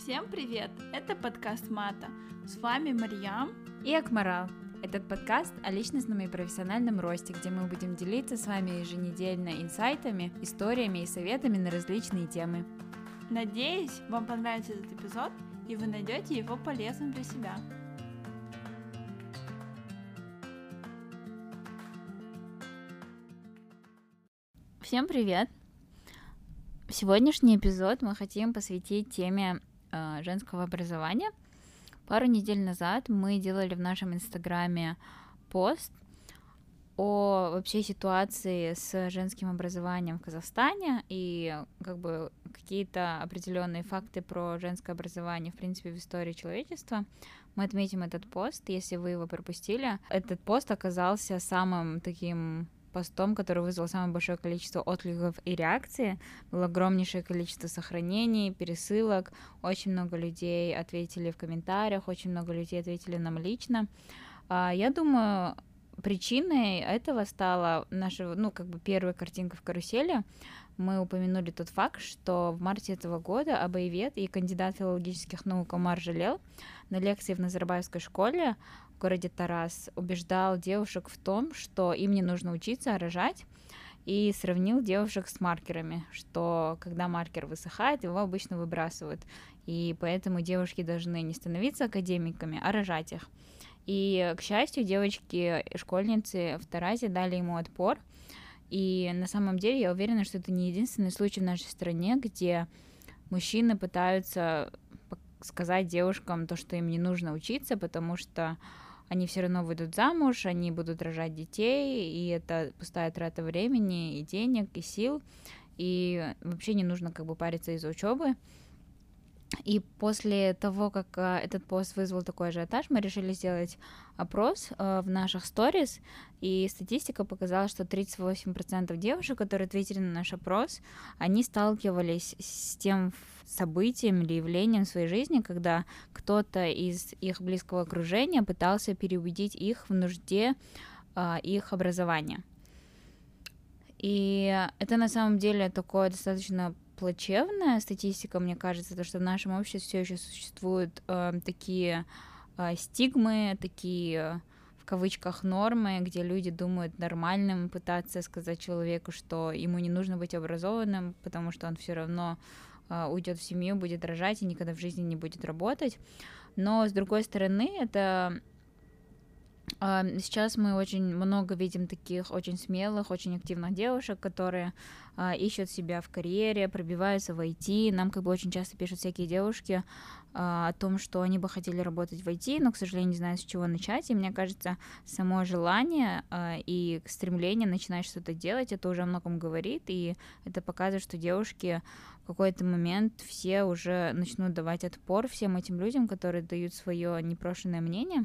Всем привет! Это подкаст Мата. С вами Марьям и Акмарал. Этот подкаст о личностном и профессиональном росте, где мы будем делиться с вами еженедельно инсайтами, историями и советами на различные темы. Надеюсь, вам понравится этот эпизод, и вы найдете его полезным для себя. Всем привет! Сегодняшний эпизод мы хотим посвятить теме женского образования. Пару недель назад мы делали в нашем инстаграме пост о вообще ситуации с женским образованием в Казахстане и какие-то определенные факты про женское образование, в принципе, в истории человечества. Мы отметим этот пост, если вы его пропустили. Этот пост оказался самым таким постом, который вызвал самое большое количество откликов и реакций. Было огромнейшее количество сохранений, пересылок. Очень много людей ответили в комментариях, очень много людей ответили нам лично. Я думаю, причиной этого стала наша, первая картинка в карусели. Мы упомянули тот факт, что в марте этого года абаевед и кандидат филологических наук Омар Жалел на лекции в Назарбаевской школе в городе Тарас убеждал девушек в том, что им не нужно учиться, а рожать, и сравнил девушек с маркерами, что когда маркер высыхает, его обычно выбрасывают, и поэтому девушки должны не становиться академиками, а рожать их. И, к счастью, девочки-школьницы в Таразе дали ему отпор. И на самом деле я уверена, что это не единственный случай в нашей стране, где мужчины пытаются сказать девушкам то, что им не нужно учиться, потому что они все равно выйдут замуж, они будут рожать детей, и это пустая трата времени, и денег, и сил, и вообще не нужно париться из-за учебы. И после того, как этот пост вызвал такой ажиотаж, мы решили сделать опрос в наших сторис, и статистика показала, что 38% девушек, которые ответили на наш опрос, они сталкивались с тем событием или явлением в своей жизни, когда кто-то из их близкого окружения пытался переубедить их в нужде их образования. И это на самом деле такое достаточно плачевная статистика, мне кажется, то, что в нашем обществе все еще существуют такие стигмы, такие в кавычках нормы, где люди думают нормальным пытаться сказать человеку, что ему не нужно быть образованным, потому что он все равно уйдет в семью, будет рожать и никогда в жизни не будет работать. Но с другой стороны, это сейчас мы очень много видим таких очень смелых, очень активных девушек, которые ищут себя в карьере, пробиваются в IT. Нам очень часто пишут всякие девушки о том, что они бы хотели работать в IT, но, к сожалению, не знают, с чего начать. И мне кажется, само желание и стремление начинать что-то делать, это уже о многом говорит, и это показывает, что девушки в какой-то момент все уже начнут давать отпор всем этим людям, которые дают свое непрошенное мнение.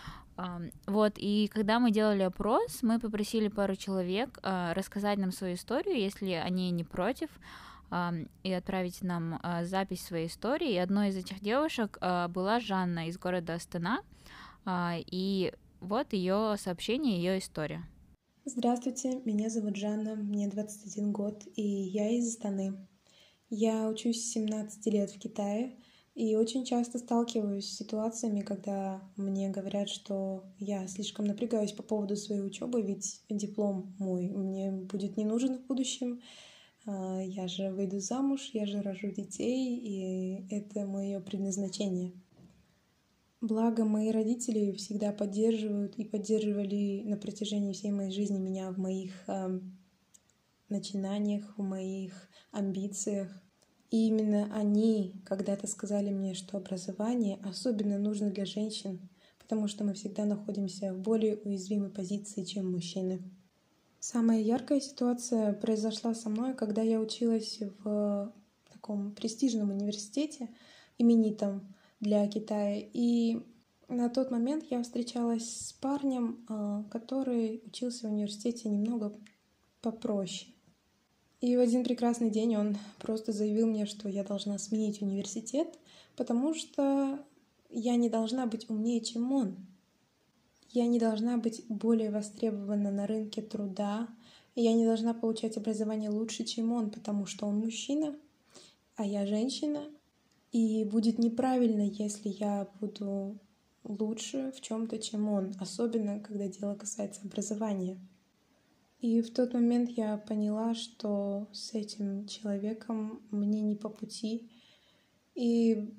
И когда мы делали опрос, мы попросили пару человек рассказать нам свою историю, если они не против, и отправить нам запись своей истории. И одной из этих девушек была Жанна из города Астана, и вот ее сообщение, ее история. Здравствуйте, меня зовут Жанна, мне 21 год, и я из Астаны. Я учусь с 17 лет в Китае, и очень часто сталкиваюсь с ситуациями, когда мне говорят, что я слишком напрягаюсь по поводу своей учебы, ведь диплом мой мне будет не нужен в будущем. Я же выйду замуж, я же рожу детей, и это мое предназначение. Благо, мои родители всегда поддерживают и поддерживали на протяжении всей моей жизни меня в моих начинаниях, в моих амбициях. И именно они когда-то сказали мне, что образование особенно нужно для женщин, потому что мы всегда находимся в более уязвимой позиции, чем мужчины. Самая яркая ситуация произошла со мной, когда я училась в таком престижном университете, именитом для Китая. И на тот момент я встречалась с парнем, который учился в университете немного попроще. И в один прекрасный день он просто заявил мне, что я должна сменить университет, потому что я не должна быть умнее, чем он. Я не должна быть более востребована на рынке труда, и я не должна получать образование лучше, чем он, потому что он мужчина, а я женщина, И будет неправильно, если я буду лучше в чем-то, чем он, особенно когда дело касается образования. И в тот момент я поняла, что с этим человеком мне не по пути. И,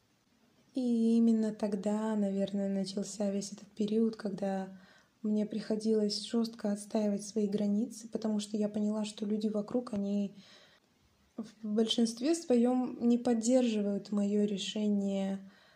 и именно тогда, наверное, начался весь этот период, когда мне приходилось жестко отстаивать свои границы, потому что я поняла, что люди вокруг, они в большинстве своем не поддерживают мое решение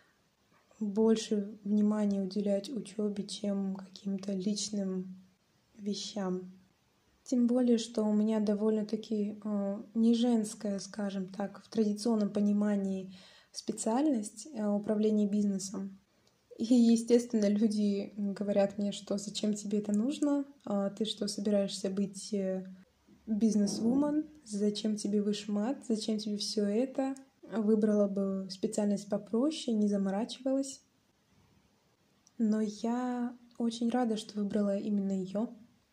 больше внимания уделять учебе, чем каким-то личным вещам. Тем более, что у меня довольно-таки не женская, скажем так, в традиционном понимании специальность управления бизнесом. И, естественно, люди говорят мне, что зачем тебе это нужно, ты что, собираешься быть бизнес-вумен, зачем тебе вышмат, зачем тебе все это, выбрала бы специальность попроще, не заморачивалась. Но я очень рада, что выбрала именно ее.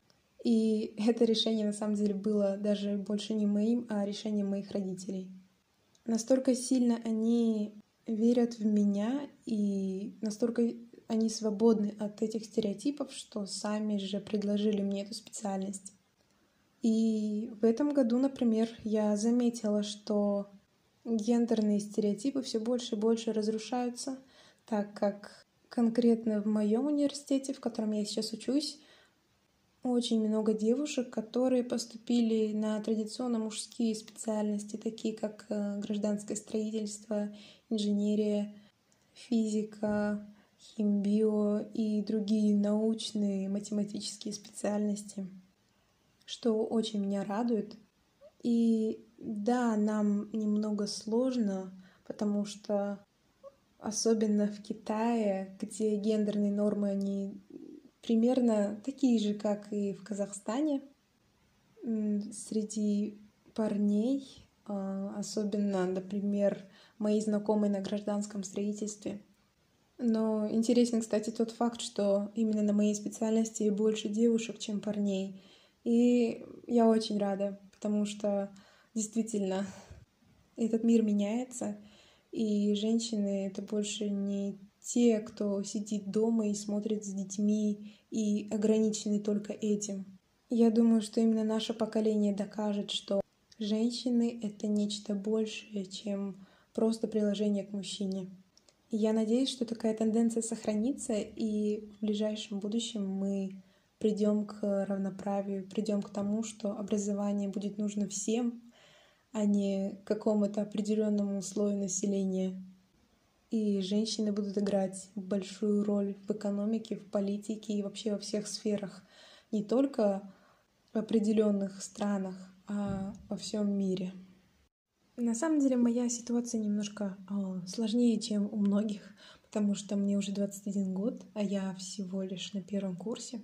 И это решение на самом деле было даже больше не моим, а решением моих родителей. Настолько сильно они верят в меня и настолько они свободны от этих стереотипов, что сами же предложили мне эту специальность. И в этом году, например, я заметила, что гендерные стереотипы все больше и больше разрушаются, так как конкретно в моем университете, в котором я сейчас учусь, очень много девушек, которые поступили на традиционно мужские специальности, такие как гражданское строительство, инженерия, физика, химбио и другие научные математические специальности, что очень меня радует. И да, нам немного сложно, потому что особенно в Китае, где гендерные нормы, они примерно такие же, как и в Казахстане. Среди парней, особенно, например, мои знакомые на гражданском строительстве. Но интересен, кстати, тот факт, что именно на моей специальности больше девушек, чем парней. И я очень рада, потому что действительно этот мир меняется, и женщины — это больше не те, кто сидит дома и смотрит с детьми и ограничены только этим. Я думаю, что именно наше поколение докажет, что женщины — это нечто большее, чем просто приложение к мужчине. И я надеюсь, что такая тенденция сохранится, и в ближайшем будущем мы придем к равноправию, придем к тому, что образование будет нужно всем, а не какому-то определенному слою населения. И женщины будут играть большую роль в экономике, в политике и вообще во всех сферах, не только в определенных странах, а во всем мире. На самом деле моя ситуация немножко сложнее, чем у многих, потому что мне уже 21 год, а я всего лишь на 1 курсе.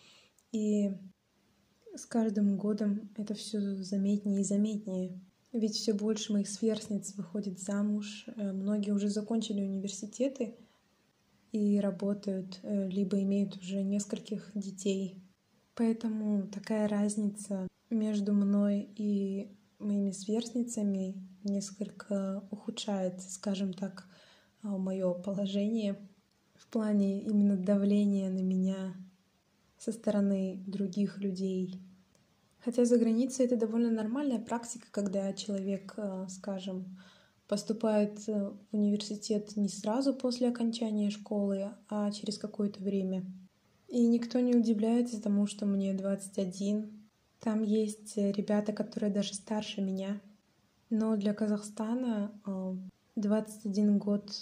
И с каждым годом это все заметнее и заметнее. Ведь все больше моих сверстниц выходит замуж, многие уже закончили университеты и работают, либо имеют уже нескольких детей. Поэтому такая разница между мной и моими сверстницами несколько ухудшает, скажем так, мое положение в плане именно давления на меня со стороны других людей. Хотя за границей это довольно нормальная практика, когда человек, скажем, поступает в университет не сразу после окончания школы, а через какое-то время. И никто не удивляется тому, что мне 21. Там есть ребята, которые даже старше меня. Но для Казахстана 21 год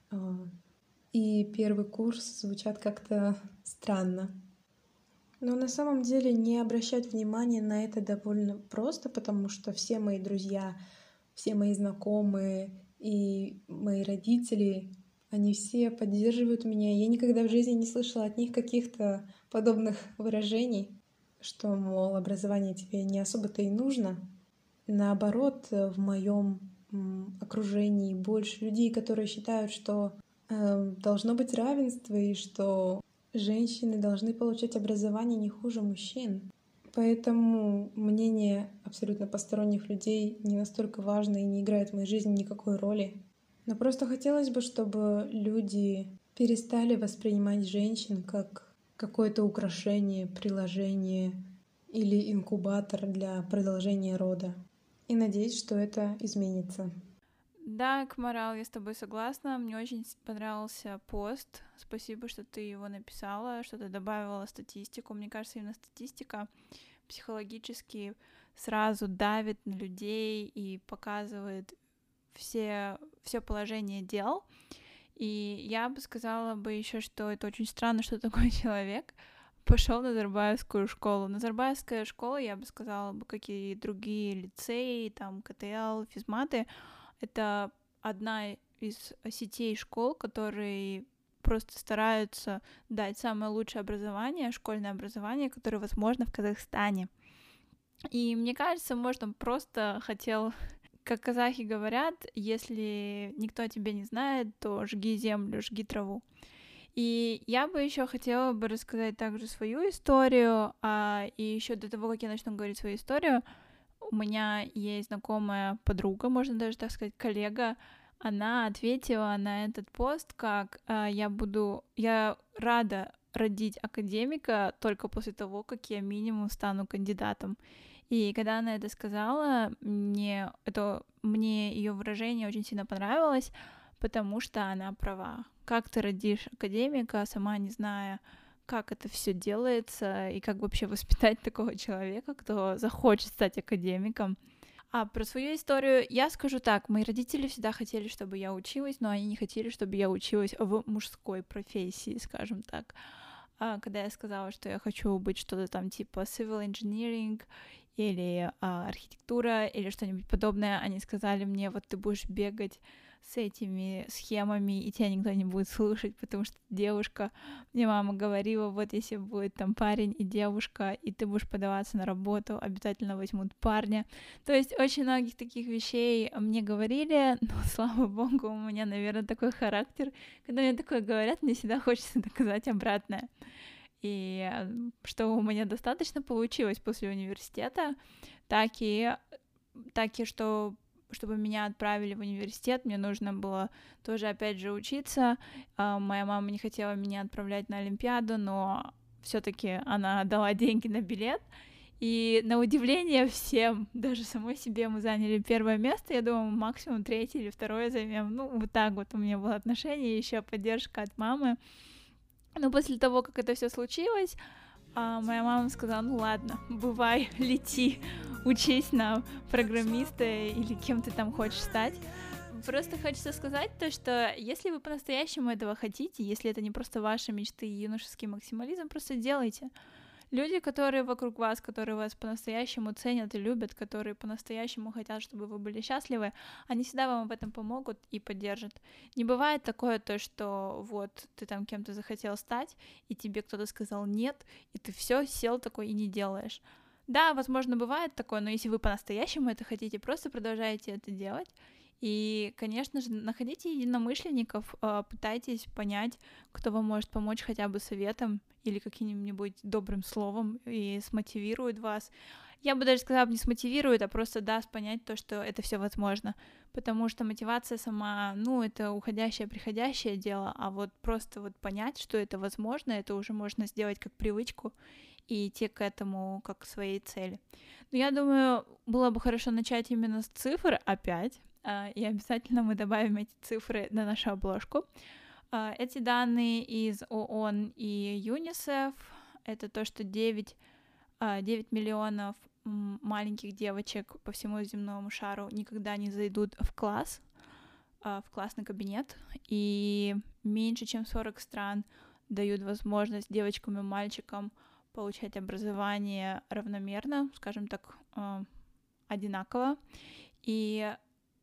и 1 курс звучат как-то странно. Но на самом деле не обращать внимания на это довольно просто, потому что все мои друзья, все мои знакомые и мои родители, они все поддерживают меня. Я никогда в жизни не слышала от них каких-то подобных выражений, что, мол, образование тебе не особо-то и нужно. Наоборот, в моем окружении больше людей, которые считают, что должно быть равенство и что женщины должны получать образование не хуже мужчин. Поэтому мнение абсолютно посторонних людей не настолько важно и не играет в моей жизни никакой роли. Но просто хотелось бы, чтобы люди перестали воспринимать женщин как какое-то украшение, приложение или инкубатор для продолжения рода. И надеюсь, что это изменится. Да, Кмарал, я с тобой согласна. Мне очень понравился пост. Спасибо, что ты его написала, что ты добавила статистику. Мне кажется, именно статистика психологически сразу давит на людей и показывает все положение дел. И я бы сказала бы еще, что это очень странно, что такой человек пошел на Назарбаевскую школу. Назарбаевская школа, я бы сказала бы, как и другие лицеи, там КТЛ, физматы, это одна из сетей школ, которые просто стараются дать самое лучшее образование, школьное образование, которое возможно в Казахстане. И мне кажется, может, он просто хотел, как казахи говорят, если никто тебя не знает, то жги землю, жги траву. И я бы еще хотела бы рассказать также свою историю, и еще до того, как я начну говорить свою историю, у меня есть знакомая подруга, можно даже так сказать, коллега, она ответила на этот пост, как я рада родить академика только после того, как я минимум стану кандидатом. И когда она это сказала, мне ее выражение очень сильно понравилось, потому что она права. Как ты родишь академика, сама не зная, как это все делается, и как вообще воспитать такого человека, кто захочет стать академиком. А про свою историю я скажу так. Мои родители всегда хотели, чтобы я училась, но они не хотели, чтобы я училась в мужской профессии, скажем так. Когда я сказала, что я хочу быть что-то там типа civil engineering или архитектура или что-нибудь подобное, они сказали мне, вот ты будешь бегать с этими схемами, и тебя никто не будет слушать, потому что девушка, мне мама говорила, вот если будет там парень и девушка, и ты будешь подаваться на работу, обязательно возьмут парня. То есть очень многих таких вещей мне говорили, но, слава богу, у меня, наверное, такой характер. Когда мне такое говорят, мне всегда хочется доказать обратное. И что у меня достаточно получилось после университета, так и чтобы меня отправили в университет, мне нужно было тоже, опять же, учиться. Моя мама не хотела меня отправлять на Олимпиаду, но все-таки она дала деньги на билет. И на удивление всем, даже самой себе, мы заняли первое место. Я думаю, максимум 3-е или 2-е займем. Ну, вот так вот у меня было отношение, еще поддержка от мамы. Но после того, как это все случилось, моя мама сказала, ну ладно, бывай, лети, учись на программиста или кем ты там хочешь стать. Просто хочется сказать то, что если вы по-настоящему этого хотите, если это не просто ваши мечты и юношеский максимализм, просто делайте. Люди, которые вокруг вас, которые вас по-настоящему ценят и любят, которые по-настоящему хотят, чтобы вы были счастливы, они всегда вам в этом помогут и поддержат. Не бывает такое то, что вот ты там кем-то захотел стать, и тебе кто-то сказал нет, и ты все сел такой и не делаешь. Да, возможно, бывает такое, но если вы по-настоящему это хотите, просто продолжайте это делать. И, конечно же, находите единомышленников, пытайтесь понять, кто вам может помочь хотя бы советом или каким-нибудь добрым словом и смотивирует вас. Я бы даже сказала, не смотивирует, а просто даст понять то, что это все возможно. Потому что мотивация сама, это уходящее, приходящее дело, а вот просто вот понять, что это возможно, это уже можно сделать как привычку и идти к этому как к своей цели. Но я думаю, было бы хорошо начать именно с цифр опять, и обязательно мы добавим эти цифры на нашу обложку. Эти данные из ООН и ЮНИСЕФ — это то, что 9 миллионов маленьких девочек по всему земному шару никогда не зайдут в класс, в классный кабинет, и меньше чем 40 стран дают возможность девочкам и мальчикам получать образование равномерно, скажем так, одинаково, и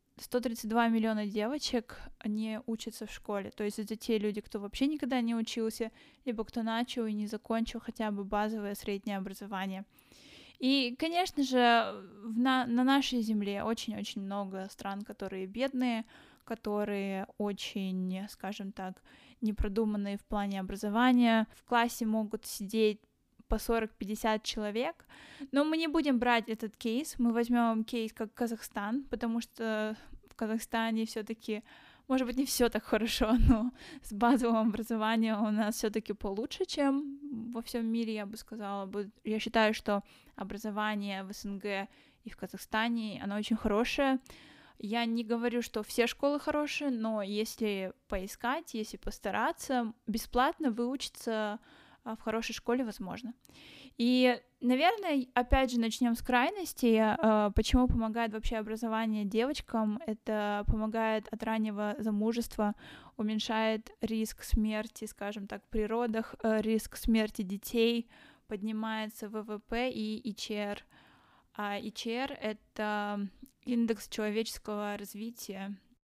132 миллиона девочек не учатся в школе. То есть это те люди, кто вообще никогда не учился, либо кто начал и не закончил хотя бы базовое среднее образование. И, конечно же, на нашей земле очень-очень много стран, которые бедные, которые очень, скажем так, непродуманные в плане образования. В классе могут сидеть по 40-50 человек, но мы не будем брать этот кейс, мы возьмем кейс как Казахстан, потому что в Казахстане все-таки может быть, не все так хорошо, но с базовым образованием у нас все-таки получше, чем во всем мире, я бы сказала. Я считаю, что образование в СНГ и в Казахстане, оно очень хорошее. Я не говорю, что все школы хорошие, но если поискать, если постараться, бесплатно выучиться в хорошей школе возможно. И, наверное, опять же, начнем с крайностей. Почему помогает вообще образование девочкам? Это помогает от раннего замужества, уменьшает риск смерти, скажем так, при родах, риск смерти детей, поднимается ВВП и ИЧР. А ИЧР — это индекс человеческого развития.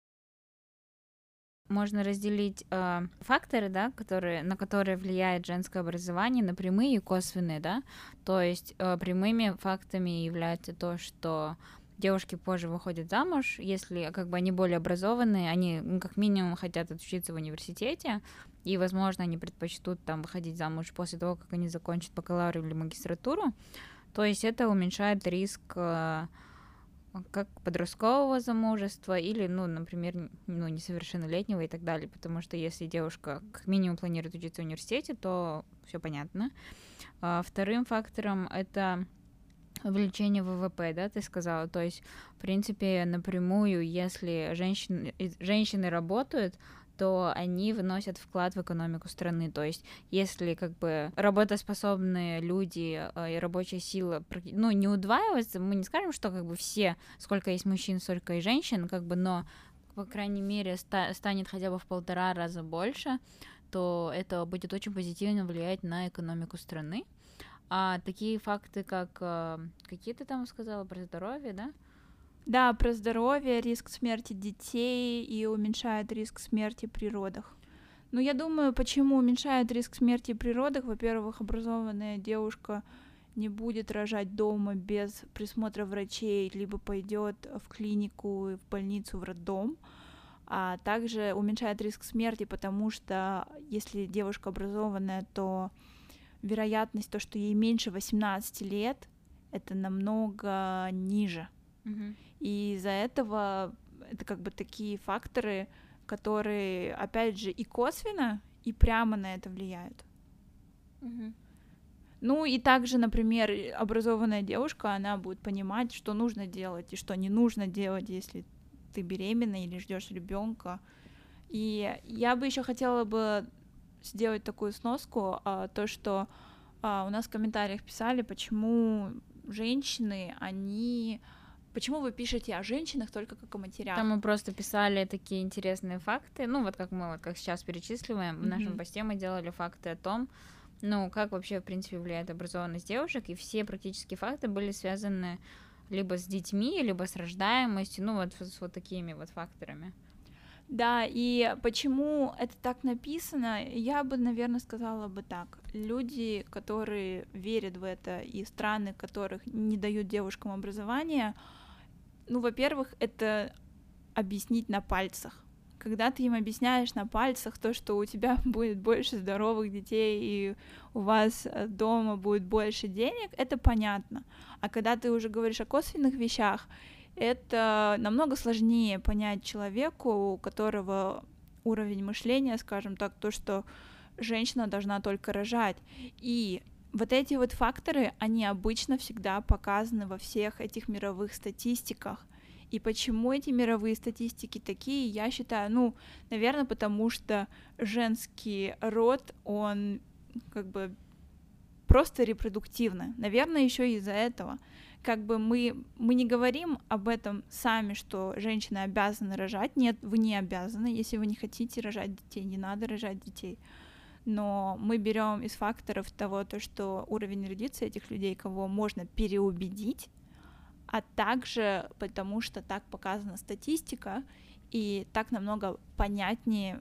Можно разделить факторы, да, на которые влияет женское образование, на прямые и косвенные, да. То есть прямыми фактами является то, что девушки позже выходят замуж, если как бы они более образованные, они как минимум хотят отучиться в университете, и, возможно, они предпочтут там выходить замуж после того, как они закончат бакалавр или магистратуру. То есть это уменьшает риск как подросткового замужества или, например, несовершеннолетнего и так далее, потому что если девушка как минимум планирует учиться в университете, то все понятно. Вторым фактором это увеличение ВВП, да, ты сказала, то есть, в принципе, напрямую, если женщины работают, то они вносят вклад в экономику страны. То есть, если как бы работоспособные люди и рабочая сила, не удваивается, мы не скажем, что как бы все, сколько есть мужчин, столько и женщин, как бы, но, по крайней мере, станет хотя бы в 1,5 раза больше, то это будет очень позитивно влиять на экономику страны. А такие факты, как какие ты там сказала про здоровье, да? Да, про здоровье, риск смерти детей и уменьшает риск смерти при родах. Я думаю, почему уменьшает риск смерти при родах? Во-первых, образованная девушка не будет рожать дома без присмотра врачей, либо пойдет в клинику, в больницу, в роддом. А также уменьшает риск смерти, потому что если девушка образованная, то вероятность, то, что ей меньше 18 лет, это намного ниже. И из-за этого это как бы такие факторы, которые, опять же, и косвенно, и прямо на это влияют. И также, например, образованная девушка, она будет понимать, что нужно делать и что не нужно делать, если ты беременна или ждешь ребенка. И я бы еще хотела бы сделать такую сноску, то, что у нас в комментариях писали, почему женщины, почему вы пишете о женщинах только как о матерях? Там мы просто писали такие интересные факты, как сейчас перечисливаем, в нашем посте мы делали факты о том, как вообще, в принципе, влияет образованность девушек, и все практически факты были связаны либо с детьми, либо с рождаемостью, с вот такими вот факторами. Да, и почему это так написано, я бы, наверное, сказала бы так. Люди, которые верят в это, и страны, которых не дают девушкам образования, во-первых, это объяснить на пальцах. Когда ты им объясняешь на пальцах то, что у тебя будет больше здоровых детей и у вас дома будет больше денег, это понятно. А когда ты уже говоришь о косвенных вещах, это намного сложнее понять человеку, у которого уровень мышления, скажем так, то, что женщина должна только рожать. И вот эти вот факторы, они обычно всегда показаны во всех этих мировых статистиках. И почему эти мировые статистики такие, я считаю, наверное, потому что женский род, он как бы просто репродуктивный. Наверное, еще из-за этого. Как бы мы не говорим об этом сами, что женщины обязаны рожать. Нет, вы не обязаны. Если вы не хотите рожать детей, не надо рожать детей. Но мы берем из факторов того, что уровень эрудиции этих людей, кого можно переубедить, а также потому, что так показана статистика, и так намного понятнее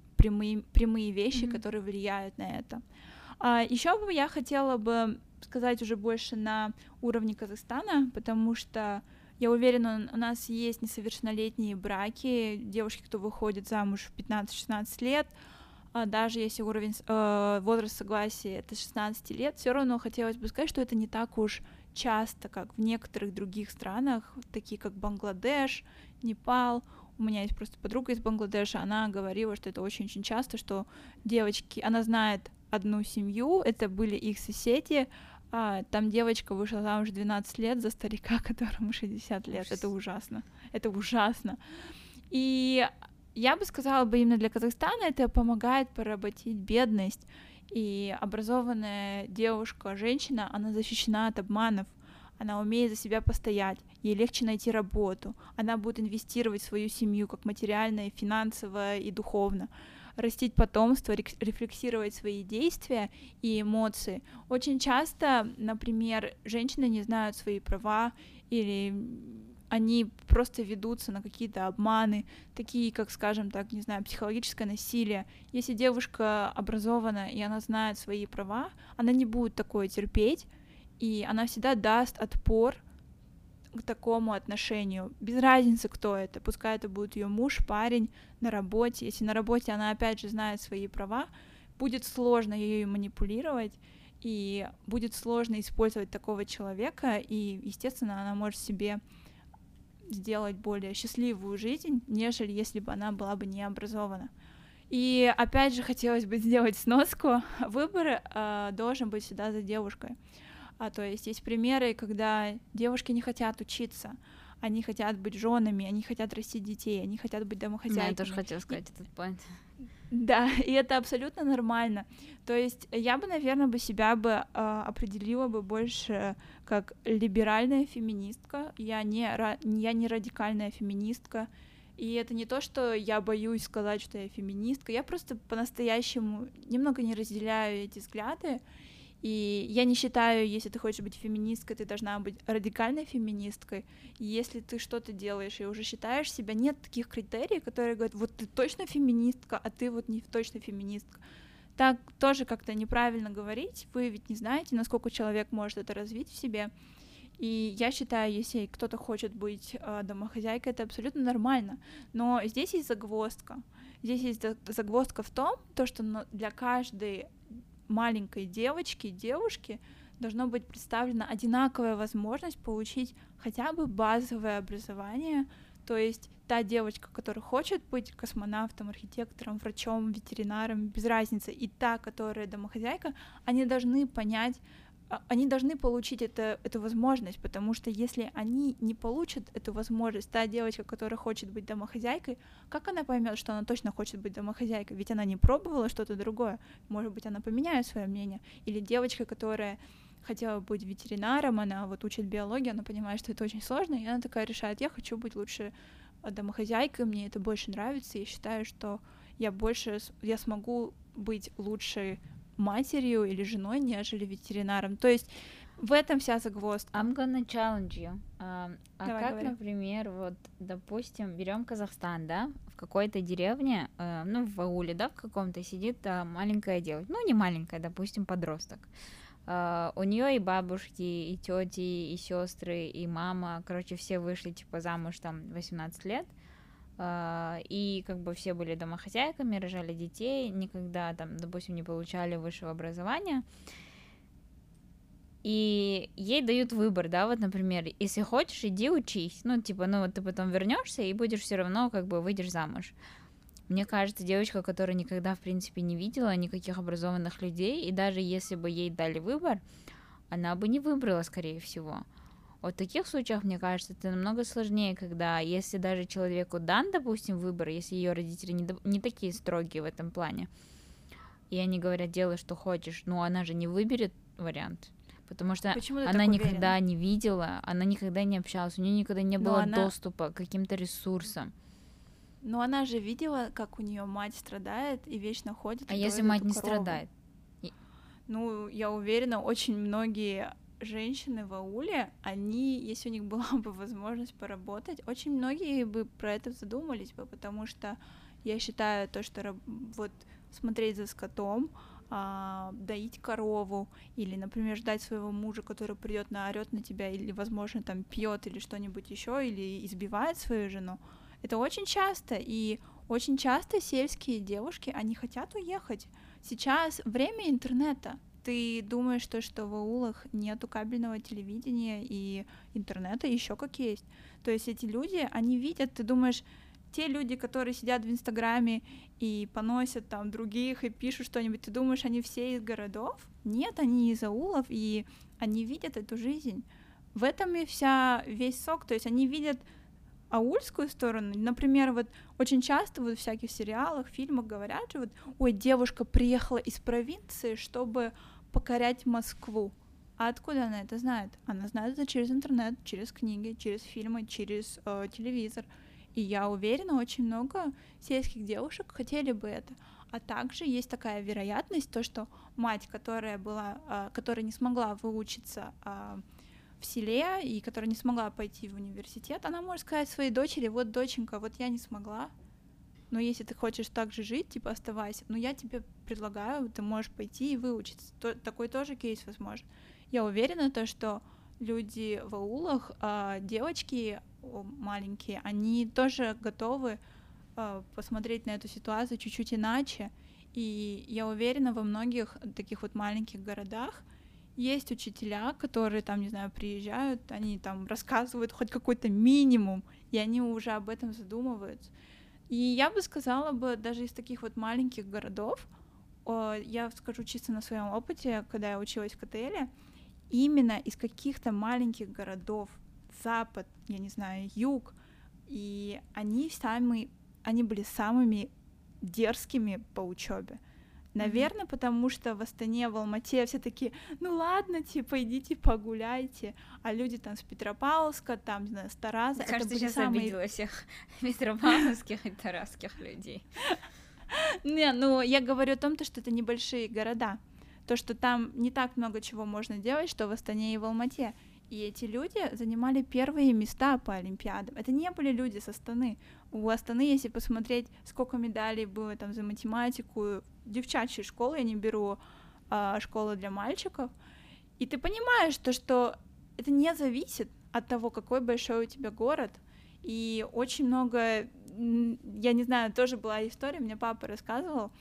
прямые вещи, которые влияют на это. Еще бы я хотела бы сказать уже больше на уровне Казахстана, потому что я уверена, у нас есть несовершеннолетние браки, девушки, кто выходит замуж в 15-16 лет, даже если возраст согласия это 16 лет, все равно хотелось бы сказать, что это не так уж часто, как в некоторых других странах, такие как Бангладеш, Непал, У меня есть просто подруга из Бангладеша, она говорила, что это очень-очень часто, что девочки, она знает одну семью, это были их соседи, там девочка вышла замуж в 12 лет за старика, которому 60 лет. Это ужасно. Это ужасно. И я бы сказала, именно для Казахстана это помогает поработить бедность. И образованная девушка, женщина, она защищена от обманов. Она умеет за себя постоять, ей легче найти работу, она будет инвестировать в свою семью как материально, финансово и духовно, растить потомство, рефлексировать свои действия и эмоции. Очень часто, например, женщины не знают свои права или они просто ведутся на какие-то обманы, такие как, скажем так, не знаю, психологическое насилие. Если девушка образована и она знает свои права, она не будет такое терпеть, и она всегда даст отпор к такому отношению. Без разницы, кто это. Пускай это будет ее муж, парень на работе. Если на работе она, опять же, знает свои права, будет сложно ею манипулировать, и будет сложно использовать такого человека, и, естественно, она может себе сделать более счастливую жизнь, нежели если бы она была бы не образована. И, опять же, хотелось бы сделать сноску. Выбор должен быть всегда за девушкой. То есть примеры, когда девушки не хотят учиться, они хотят быть женами, они хотят растить детей, они хотят быть домохозяйками. Я тоже хотела сказать этот point. Да, и это абсолютно нормально. То есть я бы, наверное, себя определила бы больше как либеральная феминистка. Я не радикальная феминистка. И это не то, что я боюсь сказать, что я феминистка. Я просто по-настоящему немного не разделяю эти взгляды. И я не считаю, если ты хочешь быть феминисткой, ты должна быть радикальной феминисткой. И если ты что-то делаешь и уже считаешь себя, нет таких критериев, которые говорят, вот ты точно феминистка, а ты вот не точно феминистка. Так тоже как-то неправильно говорить. Вы ведь не знаете, насколько человек может это развить в себе. И я считаю, если кто-то хочет быть домохозяйкой, это абсолютно нормально. Но здесь есть загвоздка. Здесь есть загвоздка в том, что для каждой маленькой девушки должно быть представлена одинаковая возможность получить хотя бы базовое образование, то есть та девочка, которая хочет быть космонавтом, архитектором, врачом, ветеринаром, без разницы, и та, которая домохозяйка, они должны получить эту возможность, потому что если они не получат эту возможность, та девочка, которая хочет быть домохозяйкой, как она поймет, что она точно хочет быть домохозяйкой? Ведь она не пробовала что-то другое. Может быть, она поменяет свое мнение. Или девочка, которая хотела быть ветеринаром, она вот учит биологию, она понимает, что это очень сложно, и она такая решает, я хочу быть лучше домохозяйкой, мне это больше нравится, я считаю, что я смогу быть лучше матерью или женой, нежели ветеринаром. То есть в этом вся загвоздка. I'm gonna challenge you. Давай, как, говори. например, вот, допустим, берем Казахстан, да, в какой-то деревне, в ауле, да, в каком-то сидит маленькая девочка, не маленькая, допустим, подросток. У нее и бабушки, и тети, и сестры, и мама, короче, все вышли типа замуж там 18 лет. И как бы все были домохозяйками, рожали детей, никогда там, допустим, не получали высшего образования. И ей дают выбор, да, вот, например, если хочешь, иди учись, вот ты потом вернешься и будешь все равно, как бы, выйдешь замуж. Мне кажется, девочка, которая никогда, в принципе, не видела никаких образованных людей, и даже если бы ей дали выбор, она бы не выбрала, скорее всего. Вот в таких случаях, мне кажется, это намного сложнее, когда, если даже человеку дан, допустим, выбор, если ее родители не такие строгие в этом плане, и они говорят, делай, что хочешь, она же не выберет вариант, потому что она никогда не видела, она никогда не общалась, у нее никогда не было доступа к каким-то ресурсам. Но она же видела, как у нее мать страдает и вечно ходит. А если мать не страдает? Я уверена, очень многие женщины в ауле, если у них была бы возможность поработать, очень многие бы про это задумались бы, потому что я считаю то, что вот смотреть за скотом, доить корову, или, например, ждать своего мужа, который придет орёт на тебя, или, возможно, там пьет или что-нибудь еще, или избивает свою жену, это очень часто, и очень часто сельские девушки, они хотят уехать. Сейчас время интернета. Ты думаешь, что в аулах нету кабельного телевидения и интернета еще как есть. То есть эти люди, они видят, ты думаешь, те люди, которые сидят в Инстаграме и поносят там других и пишут что-нибудь, ты думаешь, они все из городов? Нет, они из аулов, и они видят эту жизнь. В этом и весь сок, то есть они видят аульскую сторону. Например, вот очень часто вот в всяких сериалах, фильмах говорят же, вот, ой, девушка приехала из провинции, чтобы покорять Москву. А откуда она это знает? Она знает это через интернет, через книги, через фильмы, через телевизор. И я уверена, очень много сельских девушек хотели бы это. А также есть такая вероятность, то, что мать, которая не смогла выучиться в селе и которая не смогла пойти в университет, она может сказать своей дочери: вот, доченька, вот я не смогла, но если ты хочешь так же жить, типа, оставайся, но я тебе предлагаю, ты можешь пойти и выучиться. Такой тоже кейс возможен. Я уверена, то, что люди в аулах, девочки маленькие, они тоже готовы посмотреть на эту ситуацию чуть-чуть иначе. И я уверена, во многих таких вот маленьких городах есть учителя, которые там, не знаю, приезжают, они там рассказывают хоть какой-то минимум, и они уже об этом задумываются. И я бы сказала бы, даже из таких вот маленьких городов, я скажу чисто на своем опыте, когда я училась в КТЛе, именно из каких-то маленьких городов, запад, я не знаю, юг, и они были самыми дерзкими по учебе. Наверное, потому что в Астане, в Алмате все такие: ну ладно, типа, идите погуляйте, а люди там с Петропавловска, там, не знаю, с Тараза, кажется, это были сейчас самые... обидела всех петропавловских и таразских людей. Не, ну я говорю о том, что это небольшие города, то, что там не так много чего можно делать, что в Астане и в Алмате. И эти люди занимали первые места по Олимпиадам. Это не были люди с Астаны. У Астаны, если посмотреть, сколько медалей было там за математику, девчачьей школы, я не беру школу для мальчиков, и ты понимаешь, что это не зависит от того, какой большой у тебя город. И очень много, я не знаю, тоже была история, мне папа рассказывал,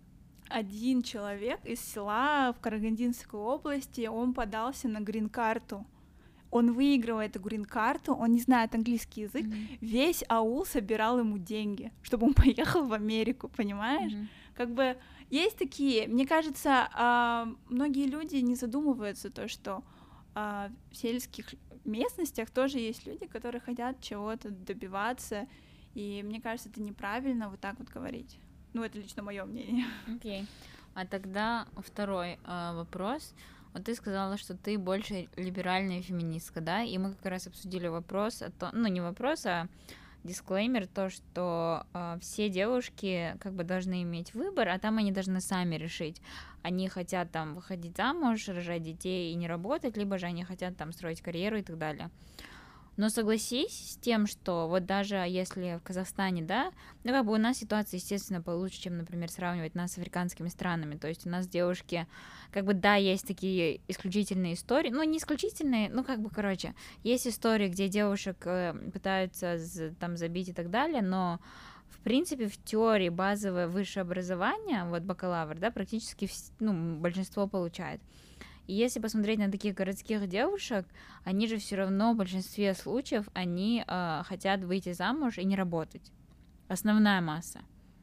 один человек из села в Карагандинской области, он подался на грин-карту. Он выиграл эту грин-карту, он не знает английский язык, весь аул собирал ему деньги, чтобы он поехал в Америку, понимаешь? Как бы есть такие, мне кажется, многие люди не задумываются то, что в сельских местностях тоже есть люди, которые хотят чего-то добиваться, и мне кажется, это неправильно вот так вот говорить. Ну, это лично мое мнение. Окей. А тогда второй вопрос. Вот ты сказала, что ты больше либеральная феминистка, да? И мы как раз обсудили вопрос, ну не вопрос, а дисклеймер, то, что все девушки как бы должны иметь выбор, а там они должны сами решить. Они хотят там выходить замуж, рожать детей и не работать, либо же они хотят там строить карьеру и так далее. Но согласись с тем, что вот даже если в Казахстане, да, ну как бы у нас ситуация, естественно, получше, чем, например, сравнивать нас с африканскими странами, то есть у нас девушки, как бы, да, есть такие исключительные истории, ну не исключительные, ну как бы, короче, есть истории, где девушек пытаются там забить и так далее, но в принципе, в теории базовое высшее образование, вот бакалавр, да, практически большинство получает. И если посмотреть на таких городских девушек, они же все равно в большинстве случаев они хотят выйти замуж и не работать. Основная масса.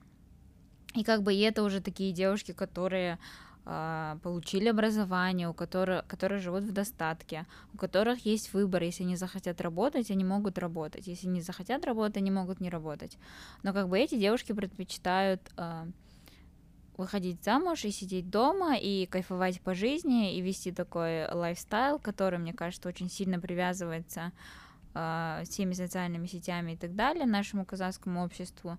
И как бы и это уже такие девушки, которые получили образование, которые живут в достатке, у которых есть выбор. Если они захотят работать, они могут работать. Если не захотят работать, они могут не работать. Но как бы эти девушки предпочитают выходить замуж и сидеть дома, и кайфовать по жизни, и вести такой лайфстайл, который, мне кажется, очень сильно привязывается всеми социальными сетями и так далее нашему казахскому обществу.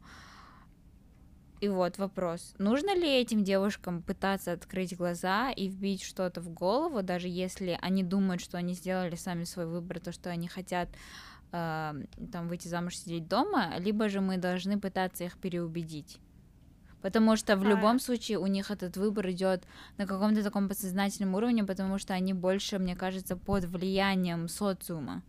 И вот вопрос, нужно ли этим девушкам пытаться открыть глаза и вбить что-то в голову, даже если они думают, что они сделали сами свой выбор, то, что они хотят там выйти замуж, сидеть дома, либо же мы должны пытаться их переубедить? Потому что в любом случае у них этот выбор идет на каком-то таком подсознательном уровне, потому что они больше, мне кажется, под влиянием социума.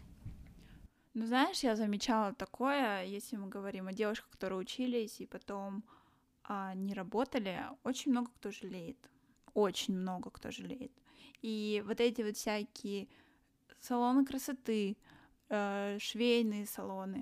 Ну, знаешь, я замечала такое, если мы говорим о девушках, которые учились и потом не работали, очень много кто жалеет. Очень много кто жалеет. И вот эти вот всякие салоны красоты, швейные салоны,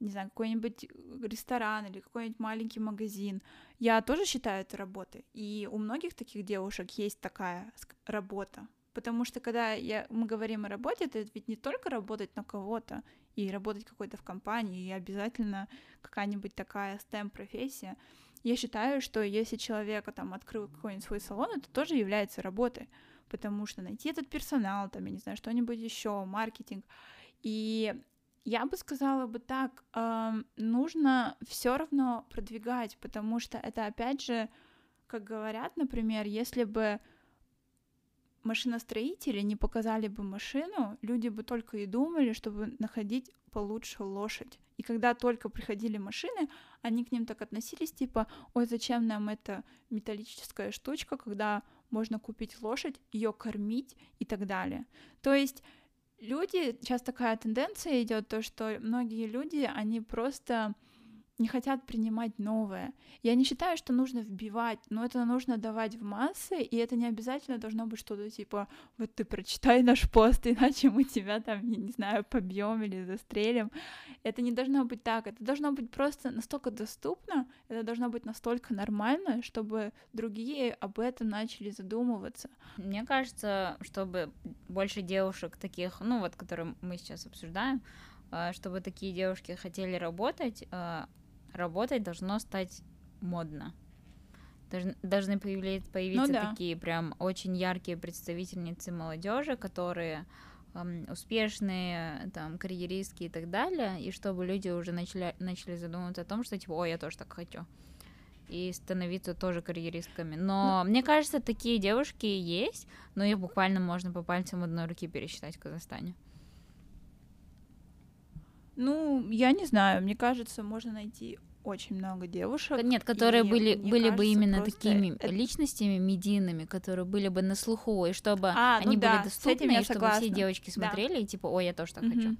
не знаю, какой-нибудь ресторан или какой-нибудь маленький магазин. Я тоже считаю это работой. И у многих таких девушек есть такая работа. Потому что когда мы говорим о работе, это ведь не только работать на кого-то и работать какой-то в компании, и обязательно какая-нибудь такая STEM-профессия. Я считаю, что если человек там открыл какой-нибудь свой салон, это тоже является работой, потому что найти этот персонал, там, я не знаю, что-нибудь еще, маркетинг. И я бы сказала бы так, нужно все равно продвигать, потому что это, опять же, как говорят, например, если бы машиностроители не показали бы машину, люди бы только и думали, чтобы находить получше лошадь. И когда только приходили машины, они к ним так относились, типа, ой, зачем нам эта металлическая штучка, когда можно купить лошадь, ее кормить и так далее. То есть люди, сейчас такая тенденция идет, то, что многие люди, они просто не хотят принимать новое. Я не считаю, что нужно вбивать, но это нужно давать в массы, и это не обязательно должно быть что-то типа вот ты прочитай наш пост, иначе мы тебя там, я не знаю, побьем или застрелим. Это не должно быть так, это должно быть просто настолько доступно, это должно быть настолько нормально, чтобы другие об этом начали задумываться. Мне кажется, чтобы больше девушек таких, ну вот, которые мы сейчас обсуждаем, чтобы такие девушки хотели работать должно стать модно. Должны появиться такие прям очень яркие представительницы молодежи, которые успешные, там, карьеристки и так далее, и чтобы люди уже начали задумываться о том, что типа, ой, я тоже так хочу, и становиться тоже карьеристками. Но мне кажется, такие девушки есть, но их буквально можно по пальцам одной руки пересчитать в Казахстане. Ну, я не знаю, мне кажется, можно найти очень много девушек. Нет, которые были бы именно такими личностями медийными, которые были бы на слуху, и чтобы они были доступны, и чтобы все девочки смотрели, и типа, ой, я тоже так хочу.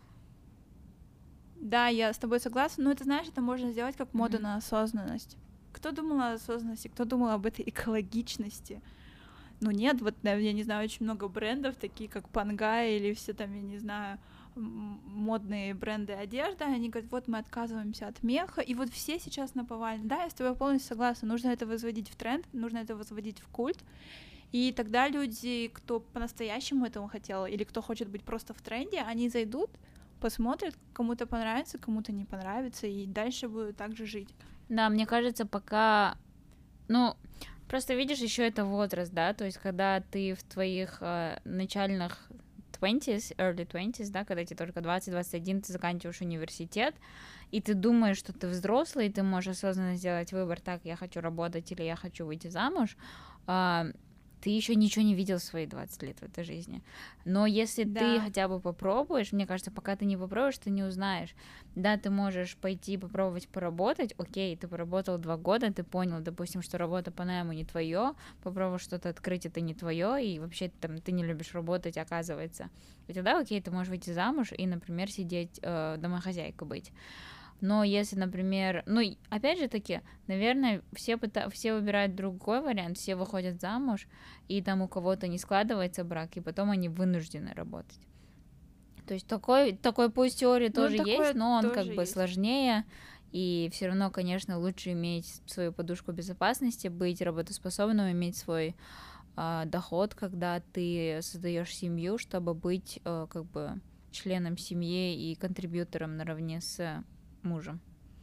Да, я с тобой согласна, но это, знаешь, это можно сделать как моду на осознанность. Кто думал о осознанности, кто думал об этой экологичности? Ну нет, вот, я не знаю, очень много брендов, такие как Пангай или все там, я не знаю, модные бренды одежды, они говорят, вот мы отказываемся от меха, и вот все сейчас наповальны. Да, я с тобой полностью согласна, нужно это возводить в тренд, нужно это возводить в культ, и тогда люди, кто по-настоящему этого хотел, или кто хочет быть просто в тренде, они зайдут, посмотрят, кому-то понравится, кому-то не понравится, и дальше будут так же жить. Да, мне кажется, пока, ну, просто видишь, еще это возраст, да, то есть когда ты в твоих начальных 20s, early 20s, да, когда тебе только 20-21, ты заканчиваешь университет, и ты думаешь, что ты взрослый, и ты можешь осознанно сделать выбор, так, я хочу работать или я хочу выйти замуж, ты еще ничего не видел в свои 20 лет в этой жизни. Но если ты хотя бы попробуешь, мне кажется, пока ты не попробуешь, ты не узнаешь. Да, ты можешь пойти попробовать поработать, окей, ты поработал 2 года, ты понял, допустим, что работа по найму не твое, попробовал что-то открыть, это не твое, и вообще там ты не любишь работать, оказывается. И тогда, окей, ты можешь выйти замуж и, например, сидеть домохозяйкой быть. Но если, например, ну, опять же таки, наверное, все выбирают другой вариант, все выходят замуж, и там у кого-то не складывается брак, и потом они вынуждены работать. То есть такой путь теории тоже есть, но он как бы сложнее, и все равно, конечно, лучше иметь свою подушку безопасности, быть работоспособным, иметь свой доход, когда ты создаешь семью, чтобы быть как бы членом семьи и контрибьютором наравне с мужем.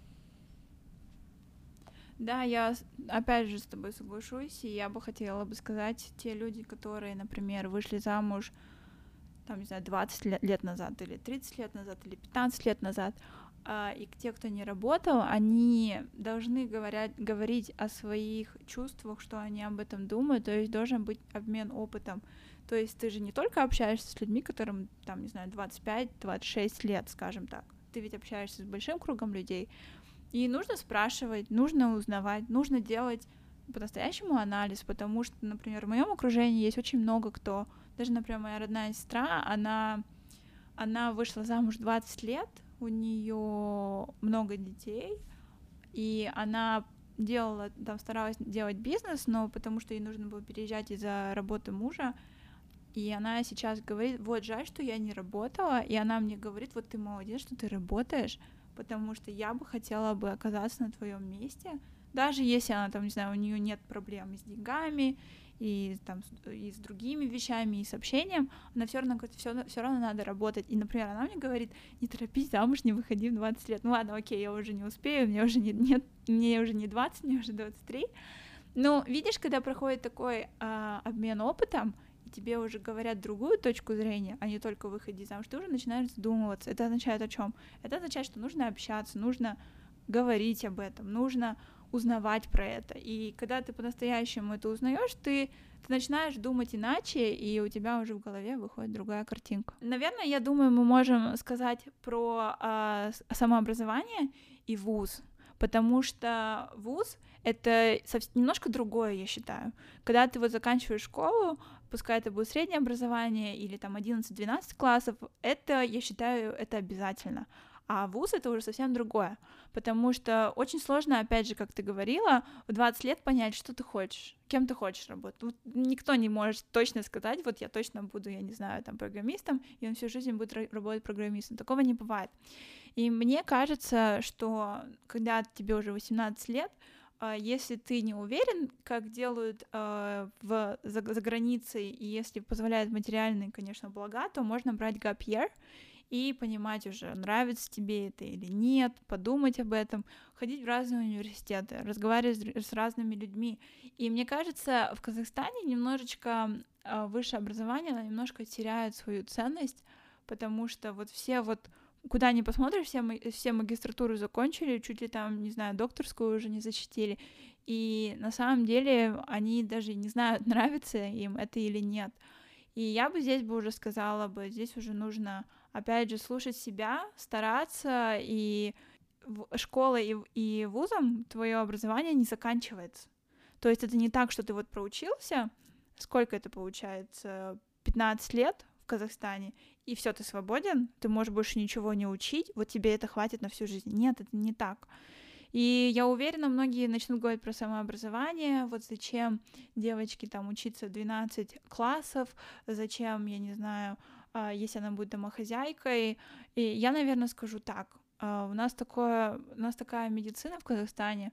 Да, я опять же с тобой соглашусь, и я бы хотела бы сказать, те люди, которые, например, вышли замуж, там, не знаю, 20 лет назад, или 30 лет назад, или 15 лет назад, и те, кто не работал, они должны говорить о своих чувствах, что они об этом думают, то есть должен быть обмен опытом. То есть ты же не только общаешься с людьми, которым, там, не знаю, 25-26 лет, скажем так, ты ведь общаешься с большим кругом людей, и нужно спрашивать, нужно узнавать, нужно делать по-настоящему анализ, потому что, например, в моем окружении есть очень много кто, даже, например, моя родная сестра, она вышла замуж 20 лет, у нее много детей, и она старалась делать бизнес, но потому что ей нужно было переезжать из-за работы мужа. И она сейчас говорит, вот жаль, что я не работала, и она мне говорит, вот ты молодец, что ты работаешь, потому что я бы хотела бы оказаться на твоем месте, даже если она там, не знаю, у нее нет проблем с деньгами, и там и с другими вещами, и с общением, она все равно говорит, все равно надо работать. И, например, она мне говорит, не торопись замуж, не выходи в 20 лет. Ну ладно, окей, я уже не успею, мне уже не 20, мне уже 23. Но видишь, когда проходит такой обмен опытом, и тебе уже говорят другую точку зрения, а не только выходи замуж, ты уже начинаешь задумываться. Это означает о чем? Это означает, что нужно общаться, нужно говорить об этом, нужно узнавать про это. И когда ты по-настоящему это узнаешь, ты начинаешь думать иначе, и у тебя уже в голове выходит другая картинка. Наверное, я думаю, мы можем сказать про самообразование и вуз, потому что вуз — это немножко другое, я считаю. Когда ты вот заканчиваешь школу, пускай это будет среднее образование или там 11-12 классов, это, я считаю, это обязательно. А вуз — это уже совсем другое, потому что очень сложно, опять же, как ты говорила, в 20 лет понять, что ты хочешь, кем ты хочешь работать. Вот никто не может точно сказать, вот я точно буду, я не знаю, там, программистом, и он всю жизнь будет работать программистом. Такого не бывает. И мне кажется, что когда тебе уже 18 лет, если ты не уверен, как делают за границей, и если позволяют материальные, конечно, блага, то можно брать gap year и понимать уже, нравится тебе это или нет, подумать об этом, ходить в разные университеты, разговаривать с разными людьми. И мне кажется, в Казахстане немножечко высшее образование, оно немножко теряет свою ценность, потому что вот все вот, куда ни посмотришь, все магистратуру закончили, чуть ли там, не знаю, докторскую уже не защитили, и на самом деле они даже не знают, нравится им это или нет. И я бы здесь уже сказала бы, здесь уже нужно, опять же, слушать себя, стараться, и школой и вузом твое образование не заканчивается. То есть это не так, что ты вот проучился, сколько это получается, 15 лет в Казахстане, и все, ты свободен, ты можешь больше ничего не учить, вот тебе это хватит на всю жизнь. Нет, это не так. И я уверена, многие начнут говорить про самообразование, вот зачем девочке там учиться 12 классов, зачем, я не знаю, если она будет домохозяйкой. И я, наверное, скажу так, у нас такая медицина в Казахстане,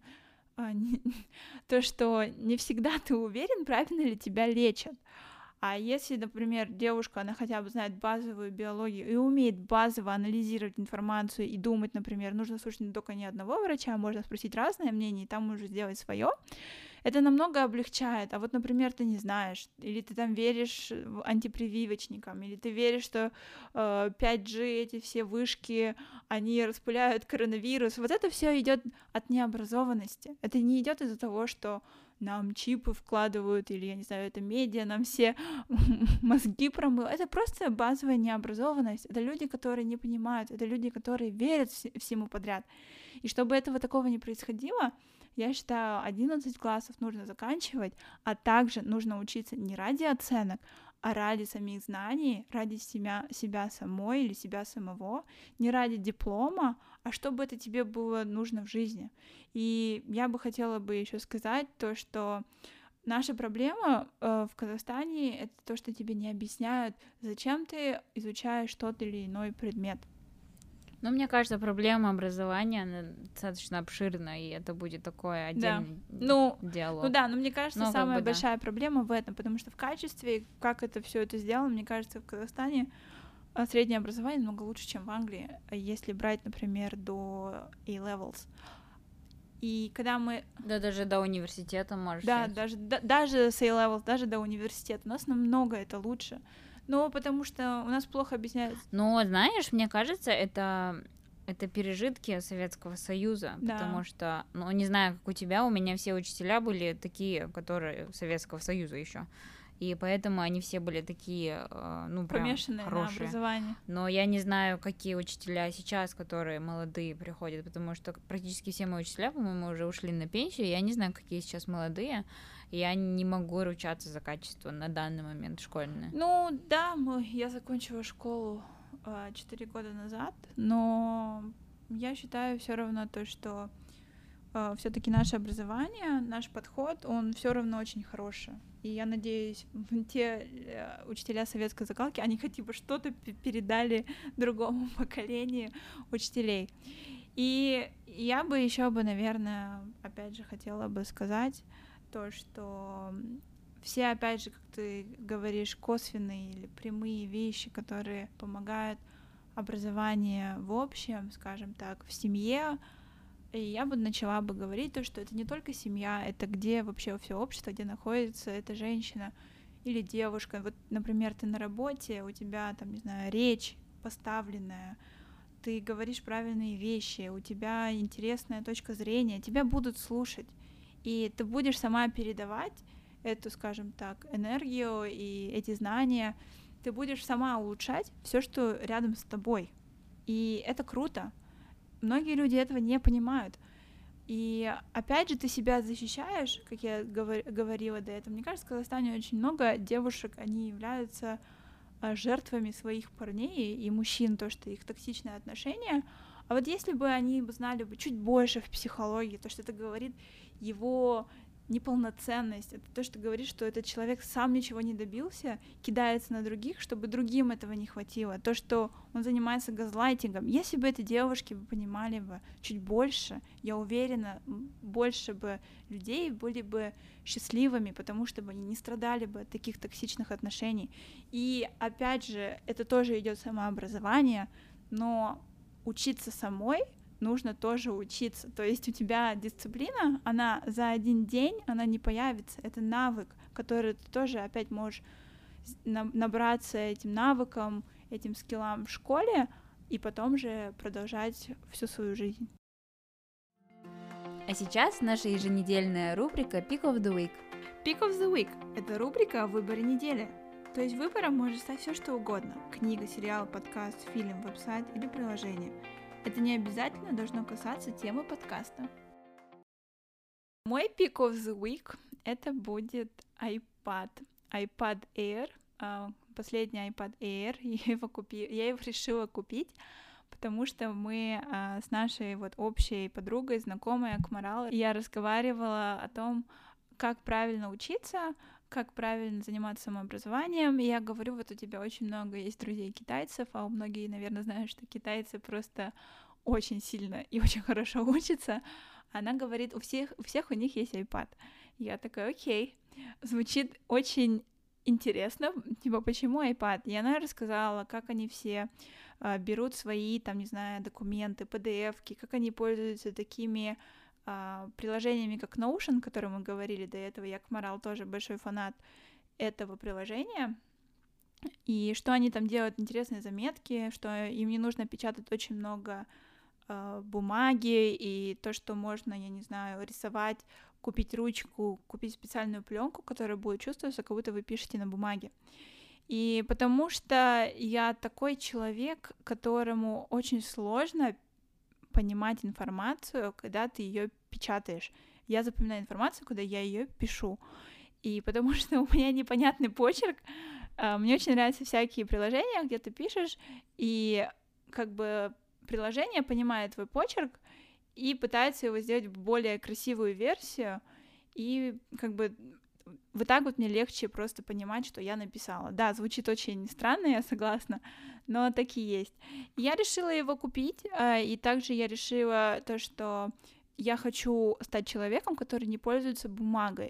то, что не всегда ты уверен, правильно ли тебя лечат. А если, например, девушка, она хотя бы знает базовую биологию и умеет базово анализировать информацию и думать, например, нужно слушать не только не одного врача, можно спросить разное мнение, и там уже сделать свое, это намного облегчает. А вот, например, ты не знаешь, или ты там веришь антипрививочникам, или ты веришь, что 5G, эти все вышки, они распыляют коронавирус. Вот это все идет от необразованности. Это не идет из-за того, что нам чипы вкладывают, или, я не знаю, это медиа, нам все мозги промыл. Это просто базовая необразованность. Это люди, которые не понимают, это люди, которые верят всему подряд. И чтобы этого такого не происходило, я считаю, 11 классов нужно заканчивать, а также нужно учиться не ради оценок, а ради самих знаний, ради себя самой или себя самого, не ради диплома, а чтобы это тебе было нужно в жизни. И я бы хотела бы еще сказать то, что наша проблема в Казахстане — это то, что тебе не объясняют, зачем ты изучаешь тот или иной предмет. Ну, мне кажется, проблема образования, она достаточно обширна, и это будет такой отдельный диалог. Ну да, но мне кажется, самая большая проблема в этом, потому что в качестве, как это все это сделано, мне кажется, в Казахстане среднее образование намного лучше, чем в Англии, если брать, например, до A-levels. И когда мы... Да, даже до университета можешь. Да, даже с A-levels, даже до университета. У нас намного это лучше. Ну, потому что у нас плохо объясняют. Ну, знаешь, мне кажется, это пережитки Советского Союза, да. Потому что, ну, не знаю, как у тебя, у меня все учителя были такие, которые Советского Союза еще, и поэтому они все были такие, ну, прям помешанные хорошие. На образование. Но я не знаю, какие учителя сейчас, которые молодые приходят, потому что практически все мои учителя, по-моему, уже ушли на пенсию, я не знаю, какие сейчас молодые. Я не могу ручаться за качество на данный момент школьное. Ну, да, я закончила школу 4 года назад, но я считаю все равно то, что все-таки наше образование, наш подход, он все равно очень хороший. И я надеюсь, те учителя советской закалки, они хотя бы что-то передали другому поколению учителей. И я бы еще бы, наверное, опять же хотела бы сказать то, что все, опять же, как ты говоришь, косвенные или прямые вещи, которые помогают образованию в общем, скажем так, в семье, и я бы начала бы говорить то, что это не только семья, это где вообще все общество, где находится эта женщина или девушка. Вот, например, ты на работе, у тебя там, не знаю, речь поставленная, ты говоришь правильные вещи, у тебя интересная точка зрения, тебя будут слушать, и ты будешь сама передавать эту, скажем так, энергию и эти знания, ты будешь сама улучшать все, что рядом с тобой. И это круто. Многие люди этого не понимают. И опять же ты себя защищаешь, как я говорила до этого. Мне кажется, в Казахстане очень много девушек, они являются жертвами своих парней и мужчин, то, что их токсичные отношения. А вот если бы они знали бы чуть больше в психологии, то, что это говорит его неполноценность, это то, что говорит, что этот человек сам ничего не добился, кидается на других, чтобы другим этого не хватило. То, что он занимается газлайтингом. Если бы эти девушки понимали бы чуть больше, я уверена, больше бы людей были бы счастливыми, потому что бы они не страдали бы от таких токсичных отношений. И опять же, это тоже идет самообразование, но учиться самой нужно тоже учиться. То есть у тебя дисциплина, она за один день, она не появится. Это навык, который ты тоже опять можешь набраться этим навыком, этим скиллам в школе, и потом же продолжать всю свою жизнь. А сейчас наша еженедельная рубрика Pick of the Week. Pick of the Week — это рубрика о выборе недели. То есть выбором может стать все что угодно. Книга, сериал, подкаст, фильм, веб-сайт или приложение. Это не обязательно должно касаться темы подкаста. Мой pick of the week — это будет iPad Air, последний iPad Air. Я его решила купить, потому что мы с нашей вот общей подругой, знакомой Акмарал, я разговаривала о том, как правильно учиться, как правильно заниматься самообразованием. И я говорю, вот у тебя очень много есть друзей китайцев, а многие, наверное, знают, что китайцы просто очень сильно и очень хорошо учатся. Она говорит, у всех у них есть iPad. Я такая, окей, звучит очень интересно, типа, почему iPad? И она рассказала, как они все берут свои, там, не знаю, документы, PDF-ки, как они пользуются такими приложениями, как Notion, о котором мы говорили до этого. Я, Акмарал, тоже большой фанат этого приложения. И что они там делают, интересные заметки, что им не нужно печатать очень много бумаги, и то, что можно, я не знаю, рисовать, купить ручку, купить специальную пленку, которая будет чувствоваться, как будто вы пишете на бумаге. И потому что я такой человек, которому очень сложно понимать информацию, когда ты ее печатаешь. Я запоминаю информацию, когда я ее пишу. И потому что у меня непонятный почерк, мне очень нравятся всякие приложения, где ты пишешь, и как бы приложение понимает твой почерк и пытается его сделать в более красивую версию, и как бы вот так вот мне легче просто понимать, что я написала. Да, звучит очень странно, я согласна, но так и есть. Я решила его купить, и также я решила то, что я хочу стать человеком, который не пользуется бумагой,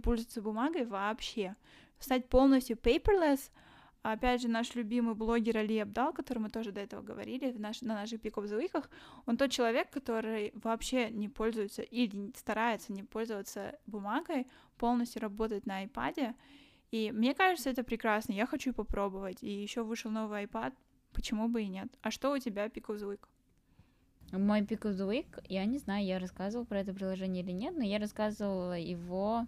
вообще. Стать полностью paperless. Опять же, наш любимый блогер Али Абдал, о котором мы тоже до этого говорили на наших Pick of the Week'ах, он тот человек, который вообще не пользуется или старается не пользоваться бумагой, полностью работать на iPad. И мне кажется, это прекрасно. Я хочу попробовать. И еще вышел новый iPad, почему бы и нет. А что у тебя Pick of the Week? Мой Pick of the Week, я не знаю, я рассказывала про это приложение или нет, но я рассказывала его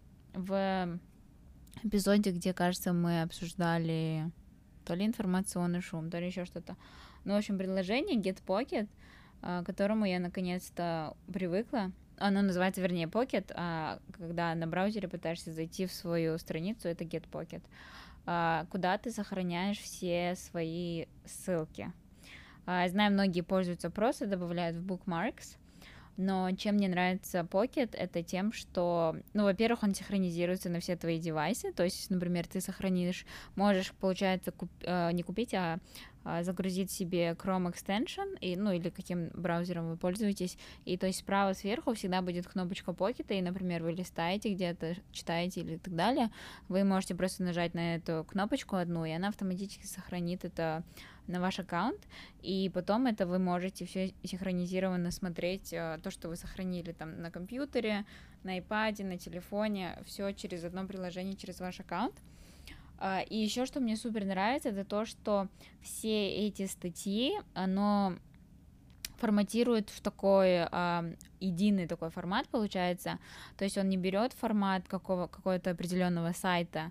в эпизоде, где, кажется, мы обсуждали то ли информационный шум, то ли еще что-то. Ну, в общем, приложение Get Pocket, к которому я наконец-то привыкла. Оно называется, вернее, Pocket, а когда на браузере пытаешься зайти в свою страницу, это Get Pocket, куда ты сохраняешь все свои ссылки. Я знаю, многие пользуются просто, добавляют в Bookmarks, Но чем мне нравится Pocket, это тем, что, ну, во-первых, он синхронизируется на все твои девайсы, то есть, например, ты сохранишь, можешь, получается, не купить, загрузить себе Chrome Extension, и, ну, или каким браузером вы пользуетесь, и, то есть, справа сверху всегда будет кнопочка Pocket, и, например, вы листаете где-то, читаете или так далее, вы можете просто нажать на эту кнопочку одну, и она автоматически сохранит это на ваш аккаунт, и потом это вы можете все синхронизированно смотреть, то, что вы сохранили там на компьютере, на iPad, на телефоне, все через одно приложение, через ваш аккаунт. И еще что мне супер нравится, это то, что все эти статьи, оно форматирует в такой единый такой формат, получается, то есть он не берет формат какого-то определенного сайта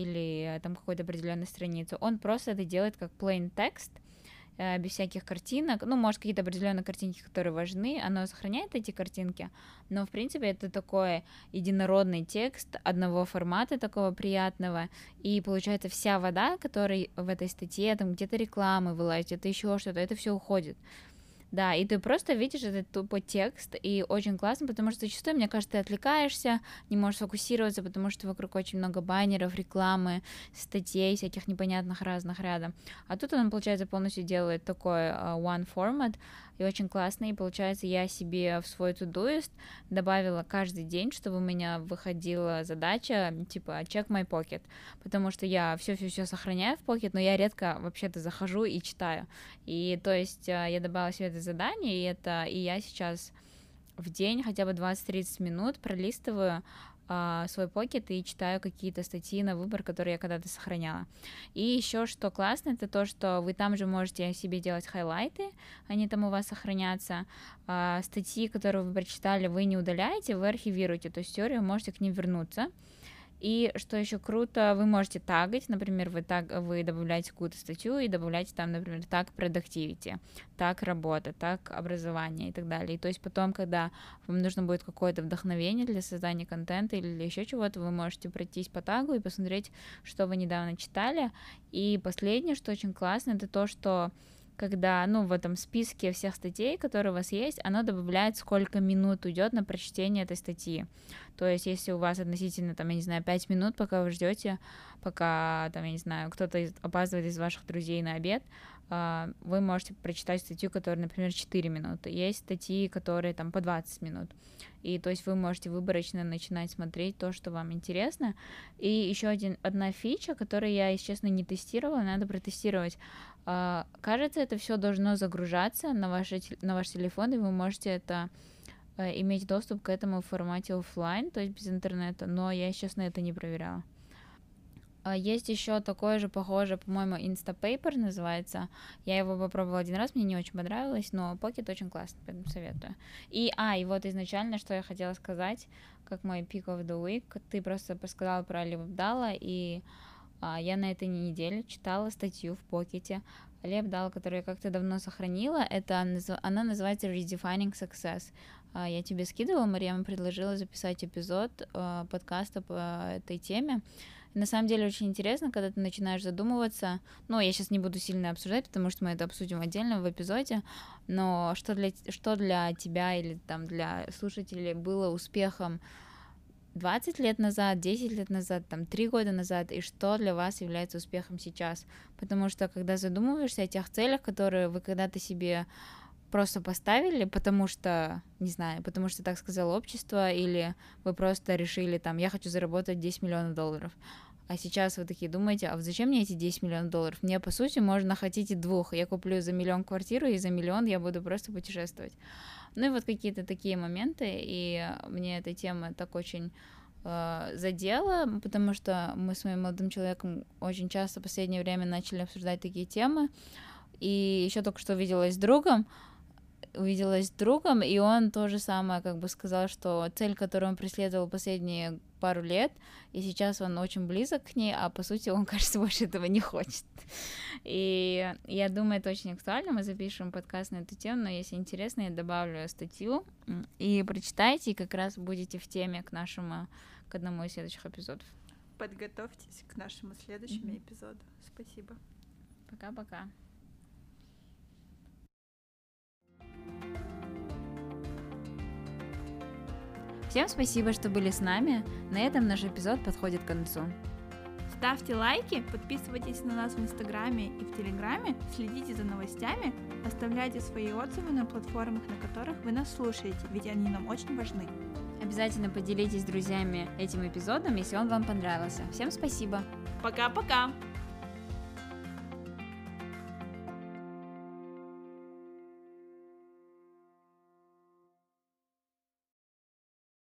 или там какой-то определенной страницы, он просто это делает как plain text, без всяких картинок, ну, может, какие-то определенные картинки, которые важны, оно сохраняет эти картинки, но, в принципе, это такой единородный текст одного формата, такого приятного, и, получается, вся вода, которая в этой статье, там где-то рекламы вылазит, это еще что-то, это все уходит. Да, и ты просто видишь этот тупо текст, и очень классно, потому что зачастую, мне кажется, ты отвлекаешься, не можешь фокусироваться, потому что вокруг очень много баннеров, рекламы, статей всяких непонятных разных рядом. А тут он, получается, полностью делает такой one format, и очень классно, и получается, я себе в свой Todoist добавила каждый день, чтобы у меня выходила задача, типа, check my pocket, потому что я все сохраняю в Pocket, но я редко вообще-то захожу и читаю, и то есть я добавила себе это задание, и я сейчас в день хотя бы 20-30 минут пролистываю свой покет и читаю какие-то статьи на выбор, которые я когда-то сохраняла. И еще что классно, это то, что вы там же можете себе делать хайлайты, они там у вас сохранятся. Статьи, которые вы прочитали, вы не удаляете, вы архивируете, то есть теорию можете к ним вернуться. И что еще круто, вы можете тагать, например, вы добавляете какую-то статью и добавляете там, например, так productivity, так работа, так образование и так далее. И то есть потом, когда вам нужно будет какое-то вдохновение для создания контента или еще чего-то, вы можете пройтись по тагу и посмотреть, что вы недавно читали. И последнее, что очень классно, это то, что когда, ну, в этом списке всех статей, которые у вас есть, оно добавляет, сколько минут уйдет на прочтение этой статьи. То есть, если у вас относительно, там, я не знаю, 5 минут, пока вы ждете, пока, там, я не знаю, кто-то опаздывает из ваших друзей на обед, вы можете прочитать статью, которая, например, 4 минуты. Есть статьи, которые там по 20 минут. И то есть вы можете выборочно начинать смотреть то, что вам интересно. И еще одна фича, которую я, если честно, не тестировала, надо протестировать. Кажется, это все должно загружаться на ваш телефон, и вы можете это иметь доступ к этому в формате офлайн, то есть без интернета, но я, честно, это не проверяла. Есть еще такое же похожее, по-моему, Instapaper называется. Я его попробовала один раз, мне не очень понравилось, но Pocket очень классный, поэтому советую. И вот изначально, что я хотела сказать, как мой pick of the week, ты просто сказала про Али Абдала, и я на этой неделе читала статью в Покете Али Абдала, которую я как-то давно сохранила. Она называется Redefining Success. Я тебе скидывала, Марьяма предложила записать эпизод подкаста по этой теме. На самом деле очень интересно, когда ты начинаешь задумываться. Ну, я сейчас не буду сильно обсуждать, потому что мы это обсудим отдельно в эпизоде. Но что для тебя или там для слушателей было успехом 20 лет назад, 10 лет назад, там, 3 года назад, и что для вас является успехом сейчас? Потому что, когда задумываешься о тех целях, которые вы когда-то себе просто поставили, потому что, не знаю, потому что так сказало общество, или вы просто решили, там, я хочу заработать 10 миллионов долларов, а сейчас вы такие думаете, а вот зачем мне эти 10 миллионов долларов? Мне, по сути, можно хотеть и 2. Я куплю за 1 миллион квартиру, и за 1 миллион я буду просто путешествовать. Ну и вот какие-то такие моменты, и мне эта тема так очень задела, потому что мы с моим молодым человеком очень часто в последнее время начали обсуждать такие темы, и еще только что увиделась с другом, и он то же самое как бы сказал, что цель, которую он преследовал последние пару лет, и сейчас он очень близок к ней, а по сути он, кажется, больше этого не хочет. И я думаю, это очень актуально, мы запишем подкаст на эту тему, но если интересно, я добавлю статью, и прочитайте, и как раз будете в теме к одному из следующих эпизодов. Подготовьтесь к нашему следующему эпизоду. Спасибо. Пока-пока. Всем спасибо, что были с нами. На этом наш эпизод подходит к концу. Ставьте лайки, подписывайтесь на нас в Инстаграме и в Телеграме, следите за новостями, оставляйте свои отзывы на платформах, на которых вы нас слушаете, ведь они нам очень важны. Обязательно поделитесь с друзьями этим эпизодом, если он вам понравился. Всем спасибо. Пока-пока!